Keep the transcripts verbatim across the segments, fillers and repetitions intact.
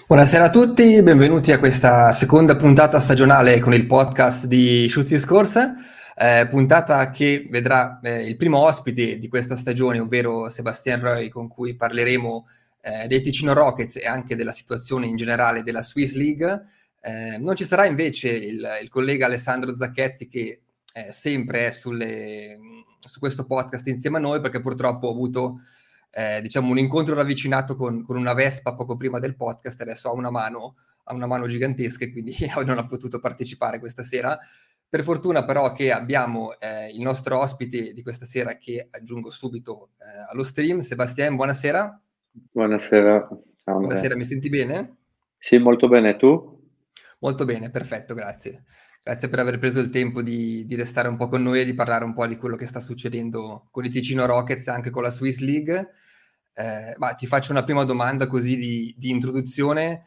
Buonasera a tutti, benvenuti a questa seconda puntata stagionale con il podcast di Schuzzi Scorsa, eh, puntata che vedrà eh, il primo ospite di questa stagione, ovvero Sébastien Reuil, con cui parleremo eh, dei Ticino Rockets e anche della situazione in generale della Swiss League. Eh, non ci sarà invece il, il collega Alessandro Zacchetti che eh, sempre è sulle, su questo podcast insieme a noi, perché purtroppo ho avuto Eh, diciamo un incontro ravvicinato con, con una Vespa poco prima del podcast. Adesso ha una mano, ha una mano gigantesca e quindi non ha potuto partecipare questa sera. Per fortuna però che abbiamo eh, il nostro ospite di questa sera, che aggiungo subito eh, allo stream. Sébastien, buonasera. Buonasera, ciao Andrea. Buonasera, mi senti bene? Sì, molto bene, tu? Molto bene, perfetto, grazie. Grazie per aver preso il tempo di, di restare un po' con noi e di parlare un po' di quello che sta succedendo con i Ticino Rockets e anche con la Swiss League. Eh, ma ti faccio una prima domanda così di, di introduzione.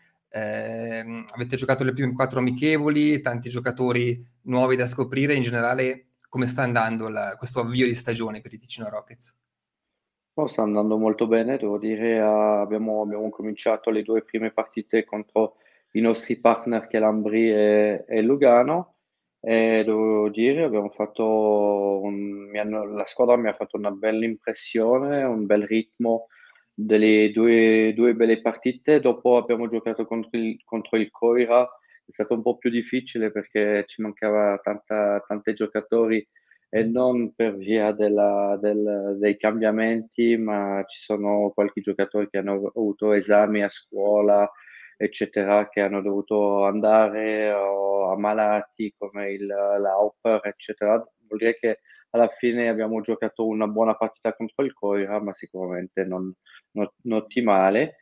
Eh, avete giocato le prime quattro amichevoli, tanti giocatori nuovi da scoprire. In generale, come sta andando la, questo avvio di stagione per i Ticino Rockets? Oh, sta andando molto bene, devo dire, ah, abbiamo, abbiamo cominciato le due prime partite contro i nostri partner che è l'Ambri e, e Lugano e devo dire, abbiamo fatto un- mi hanno- la squadra mi ha fatto una bella impressione, un bel ritmo delle due, due belle partite. Dopo abbiamo giocato contro il, contro il Coira, è stato un po' più difficile perché ci mancava tanta, tanti giocatori e non per via della- del- dei cambiamenti, ma ci sono qualche giocatori che hanno avuto esami a scuola, eccetera, che hanno dovuto andare o ammalati come il Lauper, eccetera. Vuol dire che alla fine abbiamo giocato una buona partita contro il Coira, ma sicuramente non, non, non ottimale.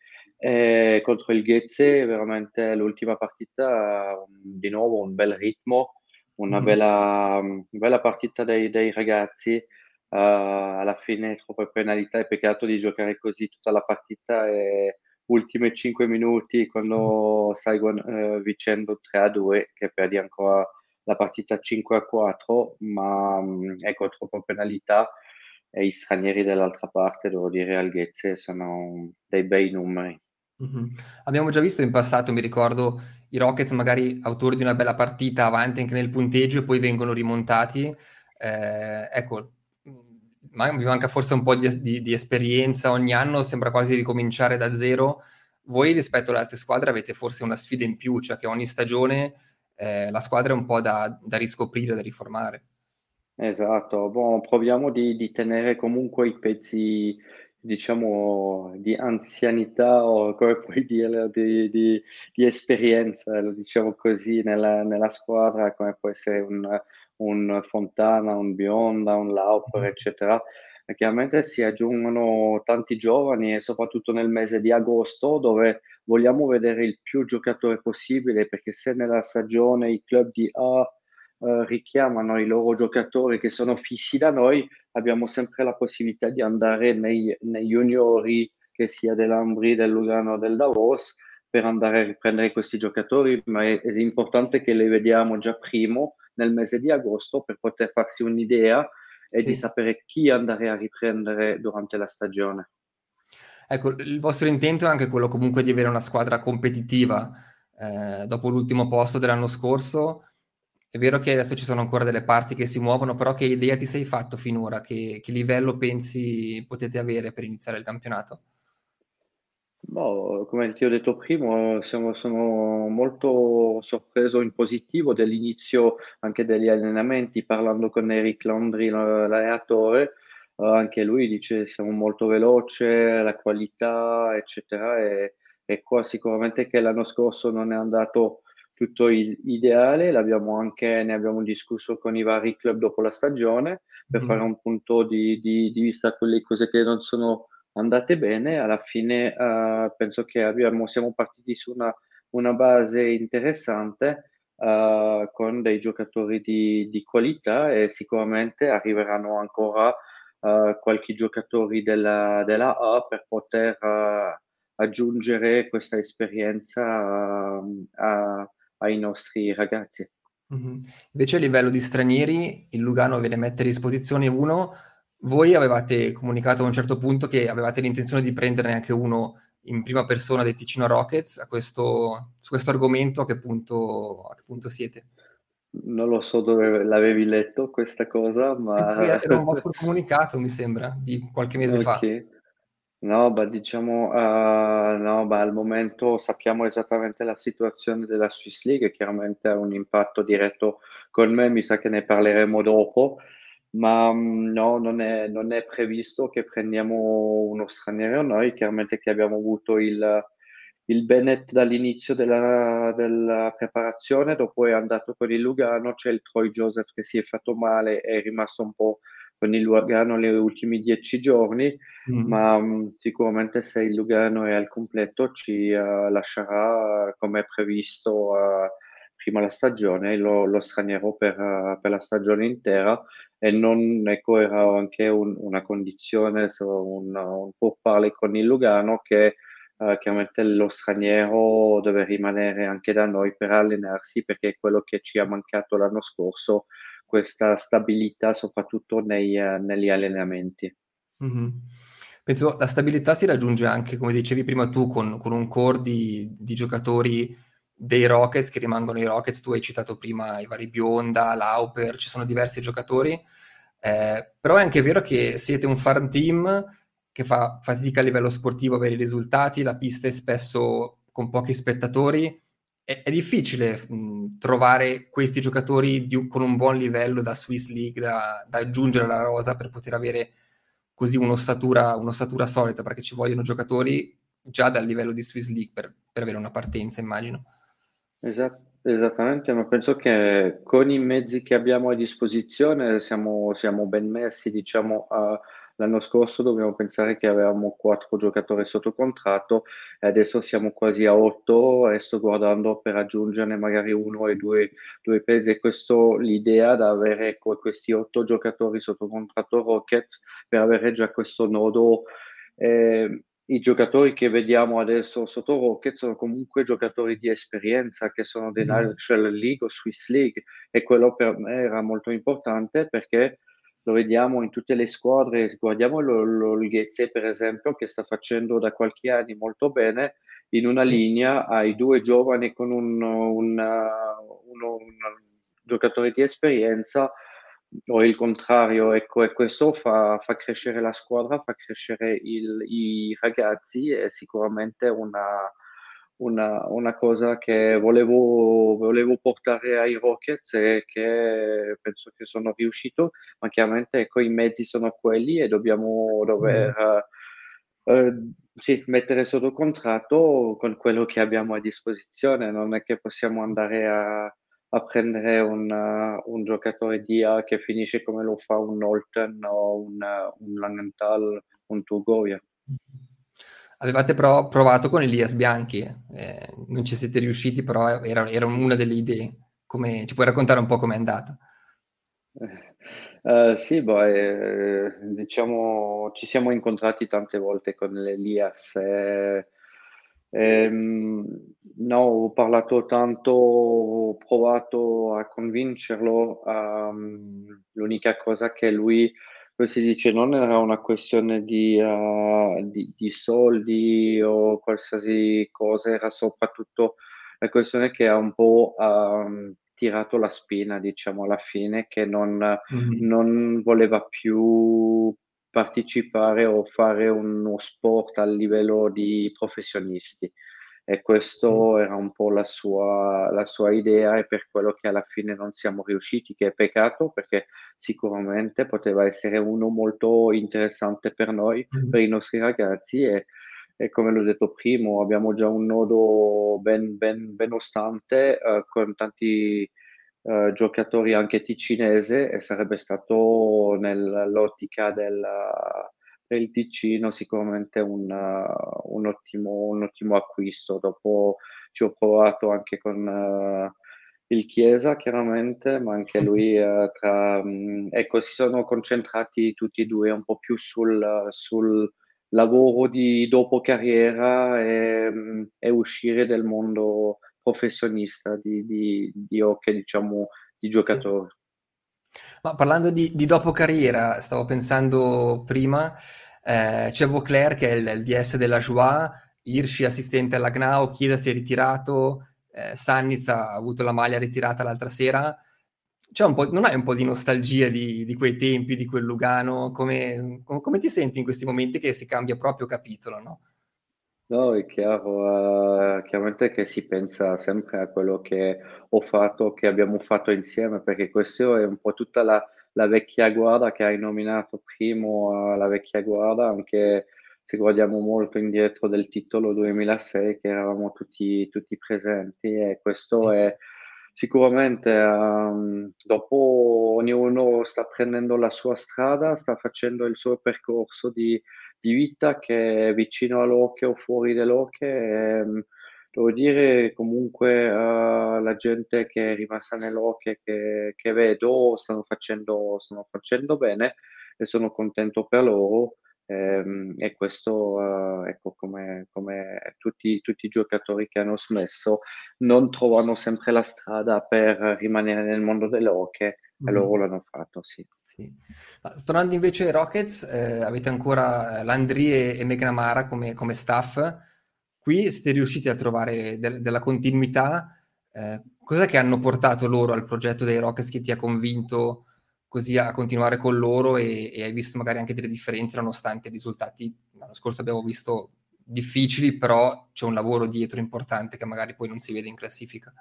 E contro il Ghezze, veramente l'ultima partita, di nuovo un bel ritmo, una Mhm. bella, bella partita dei, dei ragazzi. Eh, alla fine troppe penalità, è peccato di giocare così tutta la partita e ultime cinque minuti quando stai guan- eh, vincendo tre a due che perdi ancora la partita cinque a quattro, ma mh, ecco, troppe penalità e i stranieri dall'altra parte, devo dire, al Ghezze sono dei bei numeri. Mhm. Abbiamo già visto in passato, mi ricordo, i Rockets magari autori di una bella partita avanti anche nel punteggio e poi vengono rimontati. Eh, ecco, mh, ma mi manca forse un po' di, di- di esperienza ogni anno, sembra quasi ricominciare da zero. Voi rispetto alle altre squadre avete forse una sfida in più, cioè che ogni stagione eh, la squadra è un po' da, da riscoprire, da riformare. Esatto, boh, proviamo di, di tenere comunque i pezzi, diciamo, di anzianità o come puoi dirlo, di, di- di esperienza, lo diciamo così, nella, nella squadra, come può essere un, un Fontana, un Bionda, un Lauper, Mhm. eccetera. E chiaramente si aggiungono tanti giovani e soprattutto nel mese di agosto dove vogliamo vedere il più giocatore possibile, perché se nella stagione i club di A eh, richiamano i loro giocatori che sono fissi da noi, abbiamo sempre la possibilità di andare nei, nei juniori, che sia dell'Ambri, del Lugano o del Davos, per andare a riprendere questi giocatori, ma è, è importante che li vediamo già primo, nel mese di agosto, per poter farsi un'idea e di Sì. sapere chi andare a riprendere durante la stagione. Ecco, il vostro intento è anche quello comunque di avere una squadra competitiva. Eh, dopo l'ultimo posto dell'anno scorso, è vero che adesso ci sono ancora delle parti che si muovono, però che idea ti sei fatto finora? Che, che livello pensi potete avere per iniziare il campionato? Boh, come ti ho detto prima, siamo- sono molto sorpreso in positivo dell'inizio anche degli allenamenti, parlando con Eric Landry, l- l'allenatore, eh, anche lui dice siamo molto veloce, la qualità, eccetera, e, e qua sicuramente che l'anno scorso non è andato tutto il- ideale, l'abbiamo anche, ne abbiamo discusso con i vari club dopo la stagione per fare Mhm. un punto di, di, di vista a quelle cose che non sono andate bene. Alla fine eh, penso che abbiamo, siamo partiti su una, una base interessante eh, con dei giocatori di, di qualità e sicuramente arriveranno ancora eh, qualche giocatore della, della A per poter eh, aggiungere questa esperienza eh, a- ai nostri ragazzi. Mhm. Invece a livello di stranieri, il Lugano ve ne mette a disposizione uno. Voi avevate comunicato a un certo punto che avevate l'intenzione di prenderne anche uno in prima persona dei Ticino Rockets. A questo, su questo argomento a che punto, a che punto siete? Non lo so dove l'avevi letto questa cosa, Penso che ma era un vostro comunicato, mi sembra, di qualche mese fa. ok. No, beh, diciamo, eh, no, beh, al momento sappiamo esattamente la situazione della Swiss League, e chiaramente ha un impatto diretto con me, mi sa che ne parleremo dopo, ma mm, no, non è, non è previsto che prendiamo uno straniero noi, chiaramente che abbiamo avuto il, il Bennett dall'inizio della, della preparazione, dopo è andato con il Lugano, c'è il Troy Joseph che si è fatto male, è rimasto un po' con il Lugano gli ultimi dieci giorni, Mm. ma mh, sicuramente se il Lugano è al completo ci eh, lascerà, come previsto, eh, prima la stagione, lo, lo straniero per, eh, per la stagione intera, e non, ecco, era anche un- una condizione, so, un, un pourparlers con il Lugano, che eh, chiaramente lo straniero deve rimanere anche da noi per allenarsi, perché è quello che ci ha mancato l'anno scorso, questa stabilità soprattutto nei, eh, negli allenamenti. Mhm. Penso la stabilità si raggiunge anche, come dicevi prima tu, con, con un core di, di giocatori dei Rockets che rimangono i Rockets. Tu hai citato prima i vari Bionda, Lauper, ci sono diversi giocatori, eh, però è anche vero che siete un farm team che fa fatica a livello sportivo a avere i risultati, la pista è spesso con pochi spettatori. È, è difficile mh, trovare questi giocatori di un- con un buon livello da Swiss League, da, da aggiungere alla rosa per poter avere così un'ossatura, un'ossatura solida, perché ci vogliono giocatori già dal livello di Swiss League per, per avere una partenza, immagino. Esat- esattamente, ma penso che con i mezzi che abbiamo a disposizione siamo, siamo ben messi. Diciamo, a- l'anno scorso dobbiamo pensare che avevamo quattro giocatori sotto contratto, e adesso siamo quasi a otto, e sto guardando per aggiungerne magari uno e due, due pesi. E questo l'idea da avere que- questi otto giocatori sotto contratto Rockets, per avere già questo nodo. eh, I giocatori che vediamo adesso sotto Rocket sono comunque giocatori di esperienza, che sono dei Mm. National League o Swiss League, e quello per me era molto importante, perché lo vediamo in tutte le squadre. Guardiamo lo, lo, il Ghezze, per esempio, che sta facendo da qualche anno molto bene. In una Sì. linea hai due giovani con un, un, uno, un giocatore di esperienza, o il contrario, ecco, e questo fa, fa crescere la squadra, fa crescere il- i ragazzi. È sicuramente una, una- una cosa che volevo, volevo portare ai Rockets, e che penso che sono riuscito, ma chiaramente, ecco, i mezzi sono quelli, e dobbiamo Mm. dover eh, eh, sì, mettere sotto contratto con quello che abbiamo a disposizione. Non è che possiamo Sì. andare a, a prendere un, uh, un giocatore di A che finisce come lo fa un Holton o un, uh, un Langenthal, un Turgoia. Avevate pro- provato con Elias Bianchi, eh, non ci siete riusciti, però era, era una delle idee. Come, ci puoi raccontare un po' com'è andata? Eh, sì, boh, eh, diciamo, ci siamo incontrati tante volte con l'Elias. E, ehm, no, ho parlato tanto, ho provato a convincerlo. ehm, l'unica cosa che lui, come si dice, non era una questione di, eh, di- di soldi o qualsiasi cosa, era soprattutto la questione che ha un po' ehm, tirato la spina, diciamo, alla fine, che non Mhm. non voleva più partecipare o fare uno sport a livello di professionisti. E Sì. questo era un po' la sua, la sua idea, e per quello che alla fine non siamo riusciti, che è peccato, perché sicuramente poteva essere uno molto interessante per noi, per Mhm. i nostri ragazzi. E, e come l'ho detto prima, abbiamo già un nodo ben, ben, benostante, eh, con tanti eh, giocatori anche ticinese, e sarebbe stato nell'ottica del, del Ticino sicuramente un, uh, un ottimo, un ottimo acquisto. Dopo ci ho provato anche con uh, il Chiesa, chiaramente, ma anche lui, uh, tra, mh, ecco, si sono concentrati tutti e due un po' più sul, sul lavoro di dopo carriera, e, mh, e uscire del mondo professionista di, di, di hockey, diciamo, di Sì. giocatori. Ma parlando di, di dopo carriera, stavo pensando prima, eh, c'è Vauclair che è il, il D S della Joie, Hirschi assistente alla Gnao, Chiesa si è ritirato, eh, Sanniz ha avuto la maglia ritirata l'altra sera. C'è un po', non hai un po' di nostalgia di, di quei tempi, di quel Lugano? Come, com- come ti senti in questi momenti che si cambia proprio capitolo, no? No, è chiaro, eh, chiaramente che si pensa sempre a quello che ho fatto, che abbiamo fatto insieme, perché questo è un po' tutta la, la vecchia guardia che hai nominato primo, eh, la vecchia guardia, anche se guardiamo molto indietro del titolo duemilasei, che eravamo tutti, tutti presenti, e questo Sì. è sicuramente, ehm, dopo ognuno sta prendendo la sua strada, sta facendo il suo percorso di di vita che è vicino all'Oche o fuori dall'Oche. Ehm, devo dire comunque eh, la gente che è rimasta nell'Oche che, che vedo stanno facendo, stanno facendo bene e sono contento per loro. Ehm, e questo, eh, ecco, come, come tutti, tutti i giocatori che hanno smesso, non trovano sempre la strada per rimanere nel mondo dell'Oche e loro Mhm. l'hanno fatto, sì. Sì. Ma tornando invece ai Rockets, eh, avete ancora eh, Landry e, e McNamara come, come staff. Qui siete riusciti a trovare del- della continuità. Eh, cos'è che hanno portato loro al progetto dei Rockets che ti ha convinto così a continuare con loro e, e hai visto magari anche delle differenze nonostante i risultati l'anno scorso abbiamo visto difficili, però c'è un lavoro dietro importante che magari poi non si vede in classifica.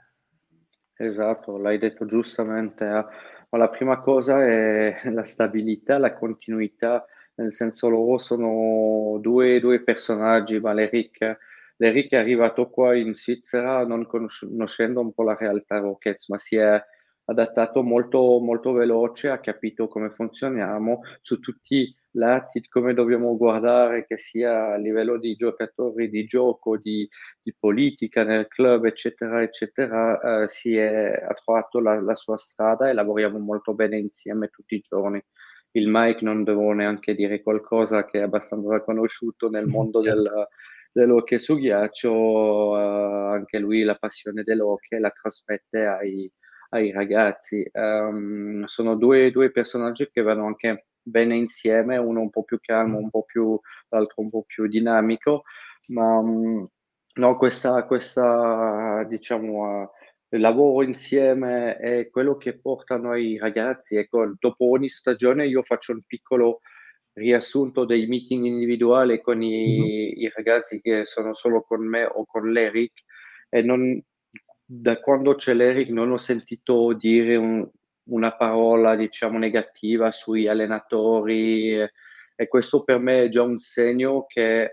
Esatto, l'hai detto giustamente. eh. Ma la prima cosa è la stabilità, la continuità, nel senso loro sono due, due personaggi, ma l'Eric, l'Eric è arrivato qua in Svizzera non conosc- conoscendo un po' la realtà Rockets, ma si è adattato molto, molto veloce, ha capito come funzioniamo su tutti i lati, come dobbiamo guardare, che sia a livello di giocatori, di gioco, di di politica nel club, eccetera, eccetera, eh, si è, ha trovato la, la sua strada e lavoriamo molto bene insieme tutti i giorni. Il Mike non devo neanche dire qualcosa che è abbastanza conosciuto nel mondo Certo. del, dell'hockey su ghiaccio, eh, anche lui la passione dell'hockey la trasmette ai, ai ragazzi. Um, sono due, due personaggi che vanno anche bene insieme, uno un po' più calmo, un po' più, l'altro un po' più dinamico, ma um, no, questa, questa diciamo, uh, il lavoro insieme è quello che portano i ragazzi. Ecco, dopo ogni stagione io faccio un piccolo riassunto dei meeting individuali con Mhm. i, i ragazzi che sono solo con me o con l'Eric e non, da quando c'è l'Eric non ho sentito dire un- una parola, diciamo, negativa sui allenatori. eh, e questo per me è già un segno che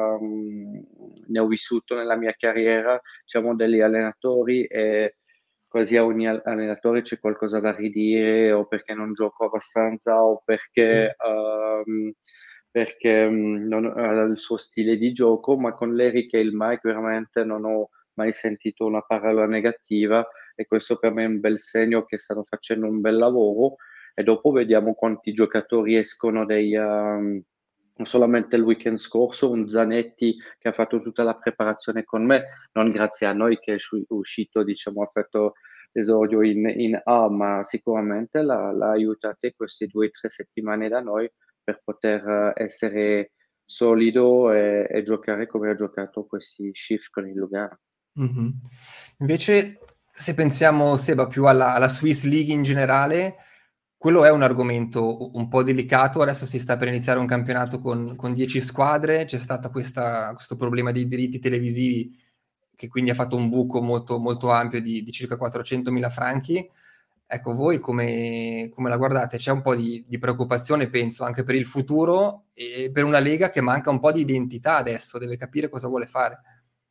um, ne ho vissuto nella mia carriera. Siamo degli allenatori e quasi a ogni allenatore c'è qualcosa da ridire o perché non gioco abbastanza o Sì. perché, um, perché um, non ha il suo stile di gioco, ma con l'Eric e il Mike veramente non ho mai sentito una parola negativa e questo per me è un bel segno che stanno facendo un bel lavoro e dopo vediamo quanti giocatori escono dei, um, solamente il weekend scorso, un Zanetti che ha fatto tutta la preparazione con me, non grazie a noi che è uscito, diciamo, ha fatto l'esordio in, in A, ma sicuramente l'ha, l'ha aiutato queste due o tre settimane da noi per poter eh, essere solido e, e giocare come ha giocato questi shift con il Lugano. Mhm. Invece, se pensiamo, Seba, più alla, alla Swiss League in generale, quello è un argomento un po' delicato. Adesso si sta per iniziare un campionato con, con dieci squadre, c'è stato questa- questo problema di diritti televisivi che quindi ha fatto un buco molto, molto ampio di, di circa quattrocentomila franchi. Ecco, voi come, come la guardate? C'è un po' di, di preoccupazione, penso, anche per il futuro e per una Lega che manca un po' di identità adesso, deve capire cosa vuole fare.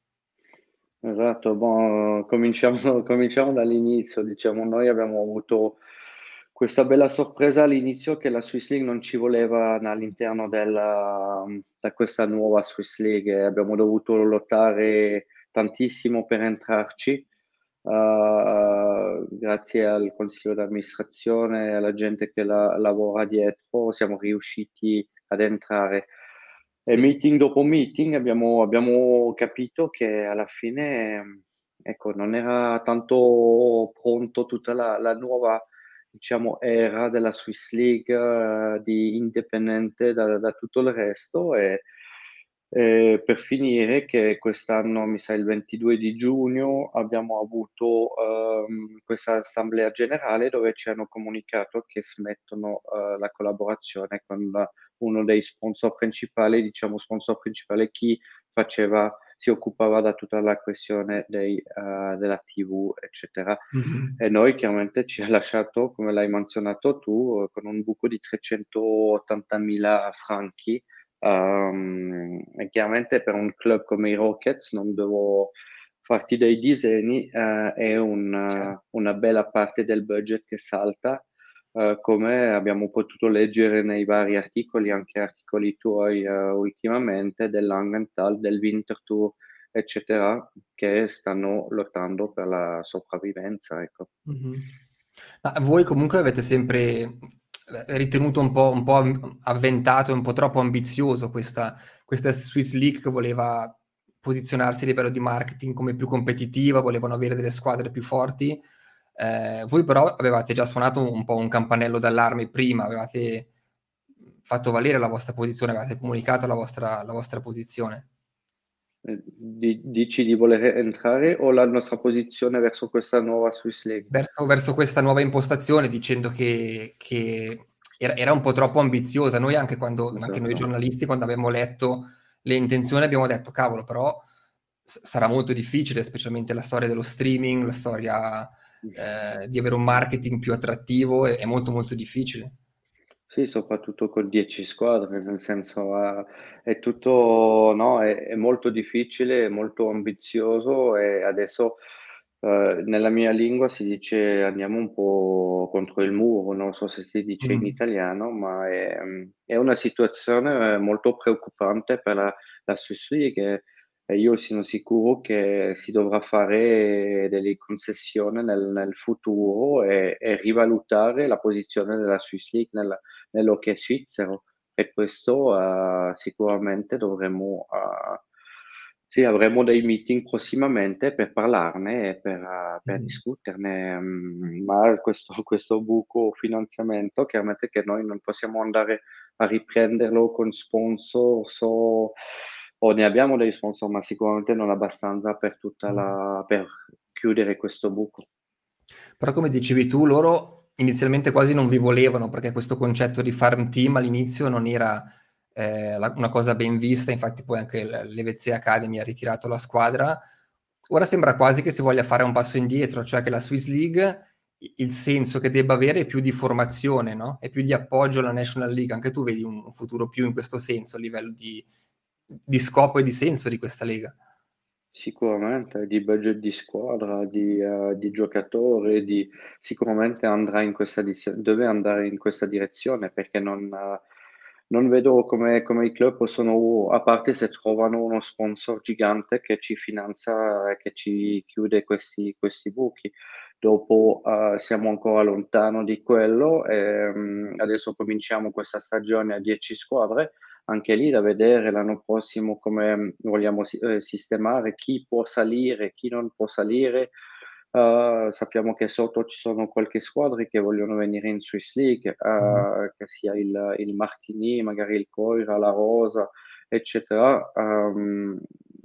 Esatto, boh, cominciamo, cominciamo dall'inizio. Diciamo, noi abbiamo avuto questa bella sorpresa all'inizio che la Swiss League non ci voleva all'interno della, da questa nuova Swiss League e abbiamo dovuto lottare tantissimo per entrarci. Uh, grazie al consiglio d'amministrazione e alla gente che la, lavora dietro siamo riusciti ad entrare. E Sì. meeting dopo meeting abbiamo, abbiamo capito che alla fine, ecco, non era tanto pronto tutta la, la nuova, diciamo, era della Swiss League, eh, di indipendente da, da tutto il resto e E per finire, che quest'anno, mi sa il ventidue di giugno, abbiamo avuto ehm, questa assemblea generale dove ci hanno comunicato che smettono eh, la collaborazione con la- uno dei sponsor principali, diciamo sponsor principale, chi faceva, si occupava da tutta la questione dei, eh, della T V, eccetera. Mhm. E noi chiaramente ci ha lasciato, come l'hai menzionato tu, eh, con un buco di trecentottantamila franchi. Um, e chiaramente per un club come i Rockets non devo farti dei disegni, eh, è un, Certo. eh, una bella parte del budget che salta, eh, come abbiamo potuto leggere nei vari articoli, anche articoli tuoi, eh, ultimamente, dell'Angenthal, del Winterthur, eccetera, che stanno lottando per la sopravvivenza, ecco. Mhm. Ma voi comunque avete sempre eh, ritenuto un po', un po' am- avventato e un po' troppo ambizioso questa, questa Swiss League che voleva posizionarsi a livello di marketing come più competitiva, volevano avere delle squadre più forti. Eh, voi però avevate già suonato un po' un campanello d'allarme prima, avevate fatto valere la vostra posizione, avevate comunicato la vostra, la vostra posizione. Eh, di- dici di voler entrare o la nostra posizione verso questa nuova Swiss League? Verso, verso questa nuova impostazione dicendo che, che era, era un po' troppo ambiziosa. Noi anche quando, anche noi Esatto. giornalisti, quando abbiamo letto le intenzioni, abbiamo detto, cavolo, però s- sarà molto difficile, specialmente la storia dello streaming, la storia eh, di avere un marketing più attrattivo, è, è molto molto difficile. Sì, soprattutto con dieci squadre, nel senso, eh, è tutto, no, è, è molto difficile, è molto ambizioso e adesso eh, nella mia lingua si dice andiamo un po' contro il muro, non so se si dice in Mm. italiano, ma è, è una situazione eh, molto preoccupante per la, la Swiss League e io sono sicuro che si dovrà fare delle concessioni nel, nel futuro e, e rivalutare la posizione della Swiss League nella nell'hockey svizzero e questo eh, sicuramente dovremo, eh, sì, avremo dei meeting prossimamente per parlarne e per, eh, per Mm. discuterne, mm, ma questo, questo buco finanziamento chiaramente che noi non possiamo andare a riprenderlo con sponsor o, o ne abbiamo dei sponsor, ma sicuramente non abbastanza per tutta Mm. la, per chiudere questo buco. Però come dicevi tu, loro inizialmente quasi non vi volevano perché questo concetto di farm team all'inizio non era eh, la- una cosa ben vista, infatti poi anche l- l'E V Z Academy ha ritirato la squadra. Ora sembra quasi che si voglia fare un passo indietro, cioè che la Swiss League i- il senso che debba avere è più di formazione, no? È più di appoggio alla National League. Anche tu vedi un un futuro più in questo senso a livello di, di scopo e di senso di questa lega. Sicuramente di budget di squadra, di, eh, di giocatori, di, sicuramente andrà in questa dis- deve andare in questa direzione perché non, eh, non vedo come, come i club possono, a parte se trovano uno sponsor gigante che ci finanzia e che ci chiude questi, questi buchi. Dopo eh, siamo ancora lontano di quello e mm, adesso cominciamo questa stagione a dieci squadre anche lì da vedere l'anno prossimo come mh, vogliamo si- eh, sistemare chi può salire, chi non può salire. Uh, sappiamo che sotto ci sono qualche squadre che vogliono venire in Swiss League, Mm. uh, che sia il, il Martigny, magari il Coira, la Rosa, eccetera. Um,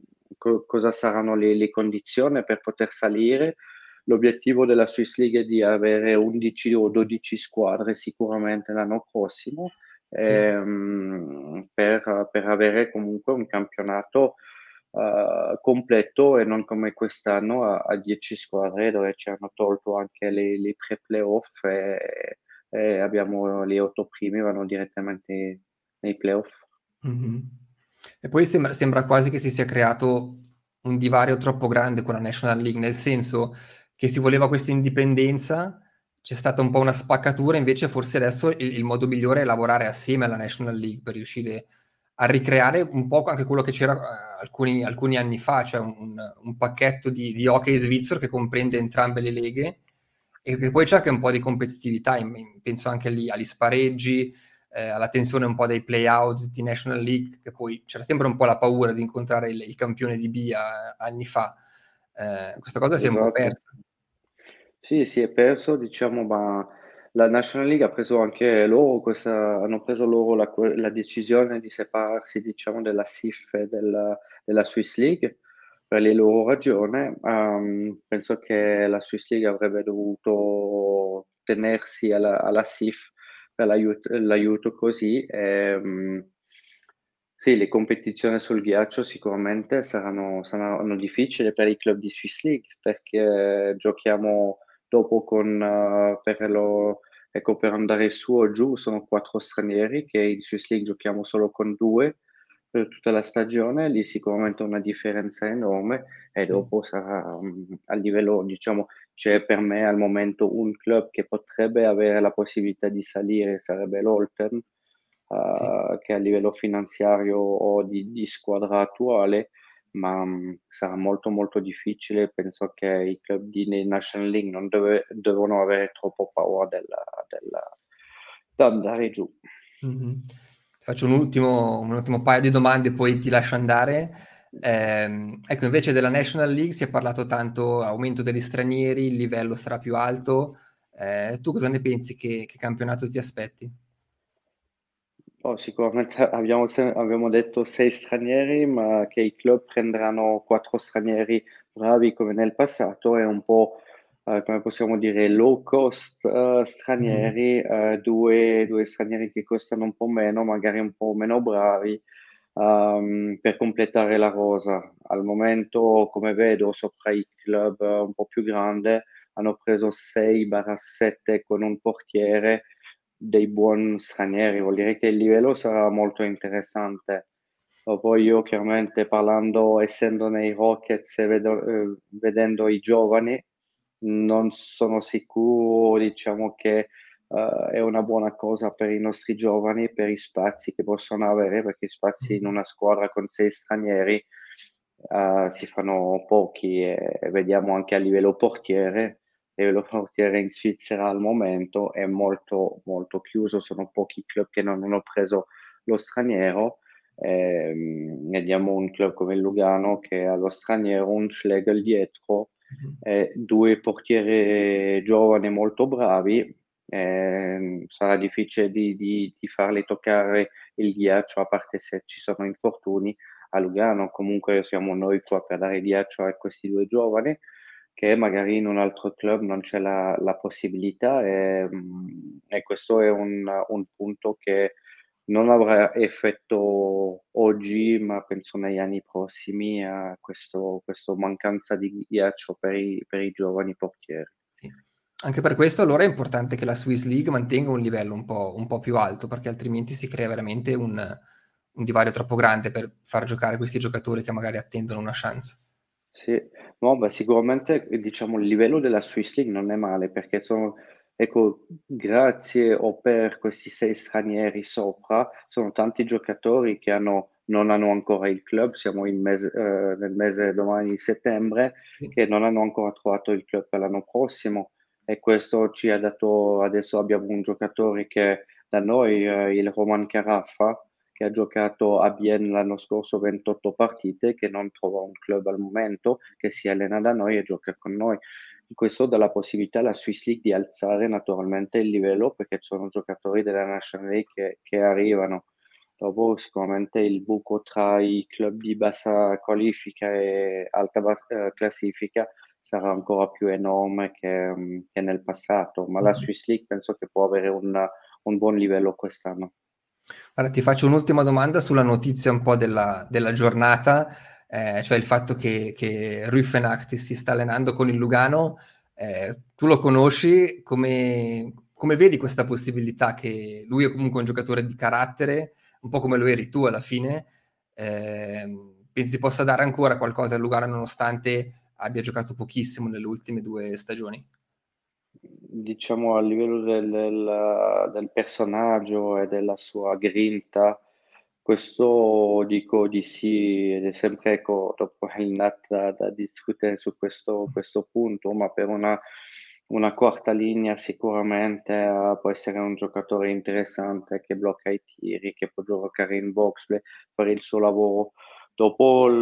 co- cosa saranno le, le condizioni per poter salire? L'obiettivo della Swiss League è di avere undici o dodici squadre sicuramente l'anno prossimo Sì. ehm, per, per avere comunque un campionato eh, completo e non come quest'anno a, a dieci squadre dove ci hanno tolto anche le, le pre-playoff e, e abbiamo le otto prime vanno direttamente nei playoff. Mhm. E poi sembra, sembra quasi che si sia creato un divario troppo grande con la National League, nel senso che si voleva questa indipendenza, c'è stata un po' una spaccatura, invece forse adesso il, il modo migliore è lavorare assieme alla National League per riuscire a ricreare un po' anche quello che c'era eh, alcuni, alcuni anni fa, cioè un, un- un pacchetto di, di hockey svizzero che comprende entrambe le leghe e che poi c'è anche un po' di competitività, in- in- penso anche lì agli spareggi, eh, alla tensione un po' dei play-out di National League, che poi c'era sempre un po' la paura di incontrare il, il campione di B A anni fa. Eh, questa cosa si è un po' Esatto. persa. Sì, si è perso, diciamo, ma la National League ha preso anche loro questa, hanno preso loro la, la decisione di separarsi, diciamo, della S I F e della, della Swiss League per le loro ragioni. Um, penso che la Swiss League avrebbe dovuto tenersi alla, alla S I F per l'aiuto, l'aiuto così. E, um, sì, le competizioni sul ghiaccio sicuramente saranno, saranno difficili per i club di Swiss League perché giochiamo dopo con uh, per lo, ecco, per andare su o giù sono quattro stranieri che in Swiss League giochiamo solo con due per tutta la stagione, lì sicuramente una differenza enorme e Sì, dopo sarà um, a livello, diciamo, c'è per me al momento un club che potrebbe avere la possibilità di salire, sarebbe l'Olten, sì. uh, che a livello finanziario o di, di squadra attuale, ma um, sarà molto molto difficile. Penso che i club di National League non deve, devono avere troppo paura della, della, da andare giù. Mhm. Ti faccio un ultimo, un ultimo paio di domande, poi ti lascio andare. Ehm, ecco, invece della National League si è parlato tanto aumento degli stranieri, il livello sarà più alto. Eh, tu cosa ne pensi? Che, che campionato ti aspetti? Oh, sicuramente abbiamo, se- abbiamo detto sei stranieri, ma che i club prenderanno quattro stranieri bravi come nel passato è un po', eh, come possiamo dire, low cost, eh, Mhm. stranieri, eh, due, due stranieri che costano un po' meno, magari un po' meno bravi, ehm, per completare la rosa. Al momento, come vedo, sopra i club eh, un po' più grandi, hanno preso sei sette con un portiere dei buoni stranieri, vuol dire che il livello sarà molto interessante. Dopo io chiaramente parlando, essendo nei Rockets e vedo- eh, vedendo i giovani, non sono sicuro, diciamo che eh, è una buona cosa per i nostri giovani, per i spazi che possono avere, perché spazi in Mhm. una squadra con sei stranieri eh, si fanno pochi e vediamo anche a livello portiere e lo portiere in Svizzera al momento è molto molto chiuso, sono pochi i club che non hanno preso lo straniero. Ehm, vediamo un club come il Lugano che ha lo straniero, un Schlegel dietro, Mhm. eh, due portieri giovani molto bravi. Ehm, sarà difficile di, di, di farli toccare il ghiaccio, a parte se ci sono infortuni a Lugano. Comunque siamo noi qua per dare ghiaccio a questi due giovani che magari in un altro club non c'è la, la possibilità e, mm, e questo è un, un punto che non avrà effetto oggi, ma penso negli anni prossimi a questo, questo mancanza di ghiaccio per i, per i giovani portieri. Sì. Anche per questo allora è importante che la Swiss League mantenga un livello un po', un po' più alto, perché altrimenti si crea veramente un, un divario troppo grande per far giocare questi giocatori che magari attendono una chance. Sì, no, beh, sicuramente eh, diciamo il livello della Swiss League non è male perché sono, ecco, grazie o per questi sei stranieri sopra, sono tanti giocatori che hanno, non hanno ancora il club, siamo in mese- eh, nel mese domani di settembre, Sì. che non hanno ancora trovato il club per l'anno prossimo e questo ci ha dato, adesso abbiamo un giocatore che da noi, eh, il Roman Caraffa, che ha giocato a Bienne l'anno scorso ventotto partite, che non trova un club al momento, che si allena da noi e gioca con noi. Questo dà la possibilità alla Swiss League di alzare naturalmente il livello perché ci sono giocatori della National League che, che arrivano. Dopo sicuramente il buco tra i club di bassa qualifica e alta bas- eh, classifica sarà ancora più enorme che, mm, che nel passato, ma la Mhm. Swiss League penso che può avere un, un buon livello quest'anno. Allora, ti faccio un'ultima domanda sulla notizia un po' della, della giornata, eh, cioè il fatto che, che Rüfenacht si sta allenando con il Lugano. Eh, tu lo conosci, come, come vedi questa possibilità che lui è comunque un giocatore di carattere, un po' come lo eri tu alla fine, eh, pensi possa dare ancora qualcosa al Lugano nonostante abbia giocato pochissimo nelle ultime due stagioni? Diciamo a livello del, del- del personaggio e della sua grinta, questo dico di sì, ed è sempre ecco, dopo il Nat da, da discutere su questo, questo punto, ma per una, una quarta linea sicuramente eh, può essere un giocatore interessante che blocca i tiri, che può giocare in box, play, fare il suo lavoro. Dopo il-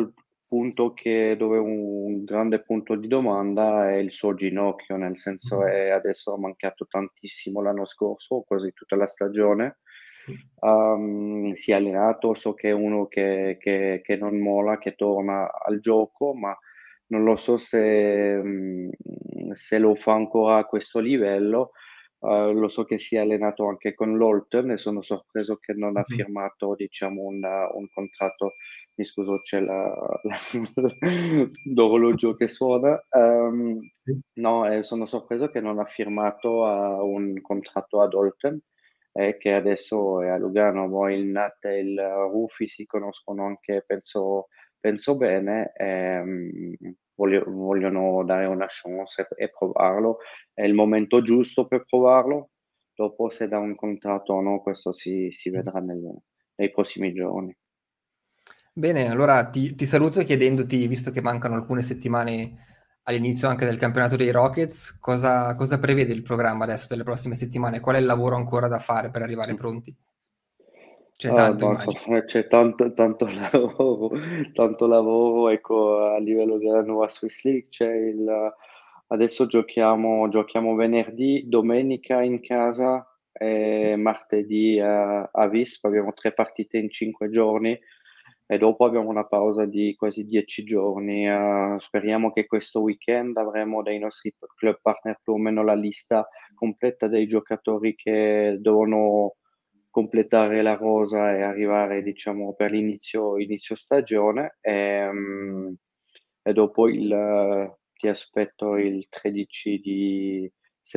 punto che dove un grande punto di domanda è il suo ginocchio, nel senso Mh-mh. è adesso ha mancato tantissimo l'anno scorso, quasi tutta la stagione. Sì. Uhm, si è allenato, so che è uno che che che non molla, che torna al gioco, ma non lo so se mhmm, se lo fa ancora a questo livello. Uhm, lo so che si è allenato anche con l'Holton e sono sorpreso che non ha Mh-mh. firmato, diciamo, un un contratto. Mi scuso, c'è la la l'orologio che suona. Uhm, Sì. no, e sono sorpreso che non ha firmato a un contratto ad Holton e che adesso è a Lugano. Poi il Nat e il Rufi si conoscono anche penso penso bene, ehm, voglio vogliono dare una chance e e provarlo. È il momento giusto per provarlo. Dopo se dà un contratto o no, questo si si Mh. vedrà nel nei prossimi giorni. Bene, allora ti ti saluto chiedendoti, visto che mancano alcune settimane all'inizio anche del campionato dei Rockets, cosa cosa prevede il programma adesso delle prossime settimane? Qual è il lavoro ancora da fare per arrivare pronti? Ce n'è Ah, tanto ma immagino. insomma c'è tanto tanto lavoro tanto lavoro, ecco, a livello della nuova Swiss League. C'è il adesso giochiamo giochiamo venerdì, domenica in casa Sì. e martedì a a Visp. Abbiamo tre partite in cinque giorni e dopo abbiamo una pausa di quasi dieci giorni. Uhm, speriamo che questo weekend avremo dai nostri p club partner più o meno la lista completa dei giocatori che devono completare la rosa e arrivare, diciamo, per l'inizio inizio stagione. Ehm, e dopo il ti aspetto il tredici di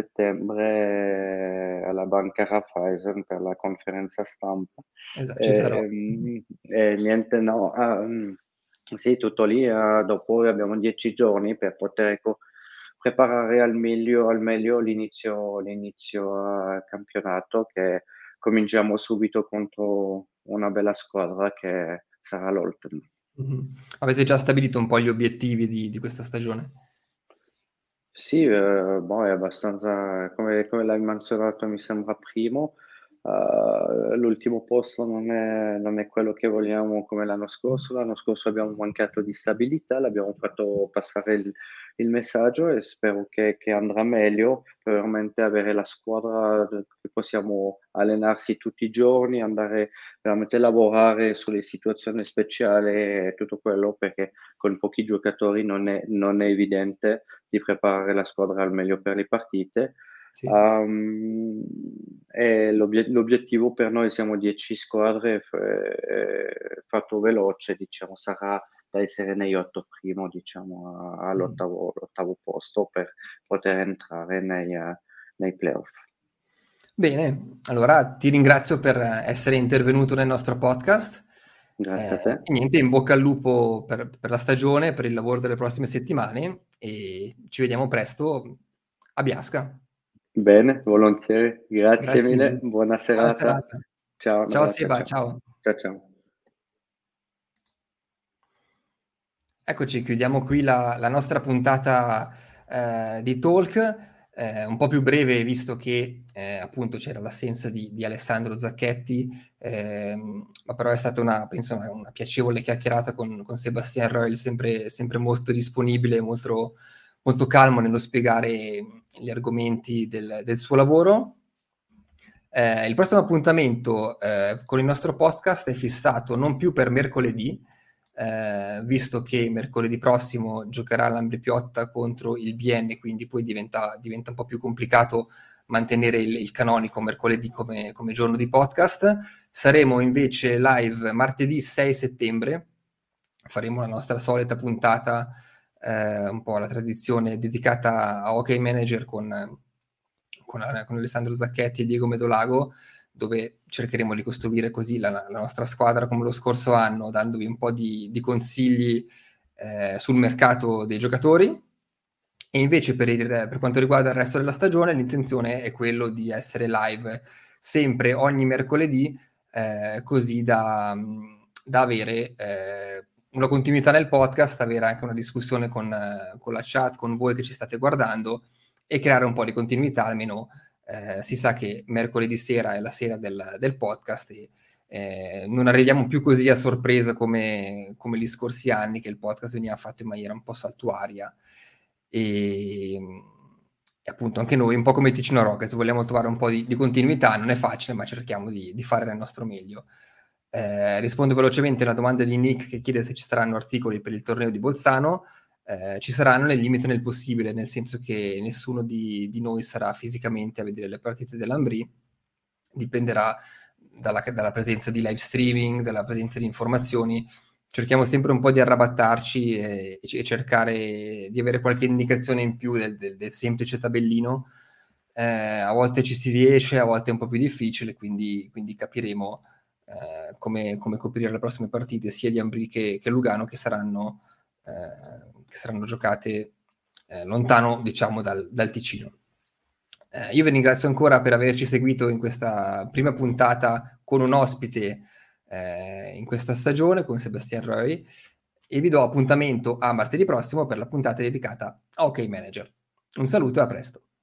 settembre alla Banca Raiffeisen per la conferenza stampa. Esa ci sarò. Mh-mh. Ehm, e niente, no, uhm, sì, tutto lì. Uhm, dopo abbiamo dieci giorni per poter, ecco, preparare al meglio al meglio l'inizio l'inizio a campionato, che cominciamo subito contro una bella squadra che sarà l'Holton. Mh-mh. Avete già stabilito un po' gli obiettivi di di questa stagione? Sì, ehm, boh, è abbastanza come come l'hai menzionato mi sembra primo. Uhm, l'ultimo posto non è non è quello che vogliamo come l'anno Mh. scorso. L'anno scorso abbiamo mancato di stabilità, l'abbiamo fatto passare il il messaggio e spero che che andrà meglio per veramente avere la squadra d che possiamo allenarsi tutti i giorni, andare veramente lavorare sulle situazioni speciali e tutto quello, perché con pochi giocatori non è non è evidente di preparare la squadra al meglio per le partite. Sì. Uhm, e l'obie l'obiettivo per noi siamo dieci squadre, f ehm, fatto veloce, diciamo, sarà da essere negli otto primo, diciamo, a Mh. all'ottavo l'ottavo posto per poter entrare nei ehm, nei playoff. Bene, allora ti ringrazio per essere intervenuto nel nostro podcast, Grazie ehm, a te. e niente, in bocca al lupo per per la stagione, per il lavoro delle prossime settimane e ci vediamo presto a Biasca. Bene, volentieri. Grazie Grazie mille, mille. buona Buona serata. serata. Ciao, un Ciao abbraccio, Seba, ciao. ciao. Cia ciao. Eccoci, chiudiamo qui la la nostra puntata, ehm, di talk, ehm, un po' più breve visto che, ehm, appunto c'era l'assenza di di Alessandro Zacchetti, ehm, ma però è stata una penso una una piacevole chiacchierata con con Sébastien Roehl, sempre sempre molto disponibile, molto molto calmo nello spiegare gli argomenti del del suo lavoro. Ehm, il prossimo appuntamento, ehm, con il nostro podcast è fissato non più per mercoledì, ehm, visto che mercoledì prossimo giocherà l'Ambri Piotta contro il Bienne, quindi poi diventa diventa un po' più complicato mantenere il il canonico mercoledì come come giorno di podcast. Saremo invece live martedì sei settembre, faremo la nostra solita puntata, ehm, un po' alla tradizione dedicata a Hockey Manager con con a con Alessandro Zacchetti e Diego Medolago, dove cercheremo di costruire così la la nostra squadra come lo scorso anno, dandovi un po' di di consigli, ehm, sul mercato dei giocatori. E invece per il per quanto riguarda il resto della stagione, l'intenzione è quello di essere live sempre ogni mercoledì, ehm, così da mhmm, da avere, ehm, una continuità nel podcast, avere anche una discussione con con la chat, con voi che ci state guardando e creare un po' di continuità, almeno, ehm, si sa che mercoledì sera è la sera del del podcast e eh, non arriviamo più così a sorpresa come, come gli scorsi anni, che il podcast veniva fatto in maniera un po' saltuaria. E, e appunto anche noi, un po' come Ticino Rockets, vogliamo trovare un po' di, di continuità, non è facile, ma cerchiamo di, di fare il nostro meglio. Eh, rispondo velocemente alla domanda di Nick che chiede se ci saranno articoli per il torneo di Bolzano. Eh, ci saranno nel limite nel possibile, nel senso che nessuno di, di noi sarà fisicamente a vedere le partite dell'Ambrì, dipenderà dalla, dalla presenza di live streaming, dalla presenza di informazioni. Cerchiamo sempre un po' di arrabattarci e, e cercare di avere qualche indicazione in più del, del, del semplice tabellino. Eh, a volte ci si riesce, a volte è un po' più difficile, quindi, quindi capiremo eh, come, come coprire le prossime partite sia di Ambrì che, che Lugano, che saranno, eh, che saranno giocate eh, lontano, diciamo, dal, dal Ticino. Eh, io vi ringrazio ancora per averci seguito in questa prima puntata con un ospite eh, in questa stagione, con Sebastian Roy, e vi do appuntamento a martedì prossimo per la puntata dedicata a Hockey Manager. Un saluto e a presto.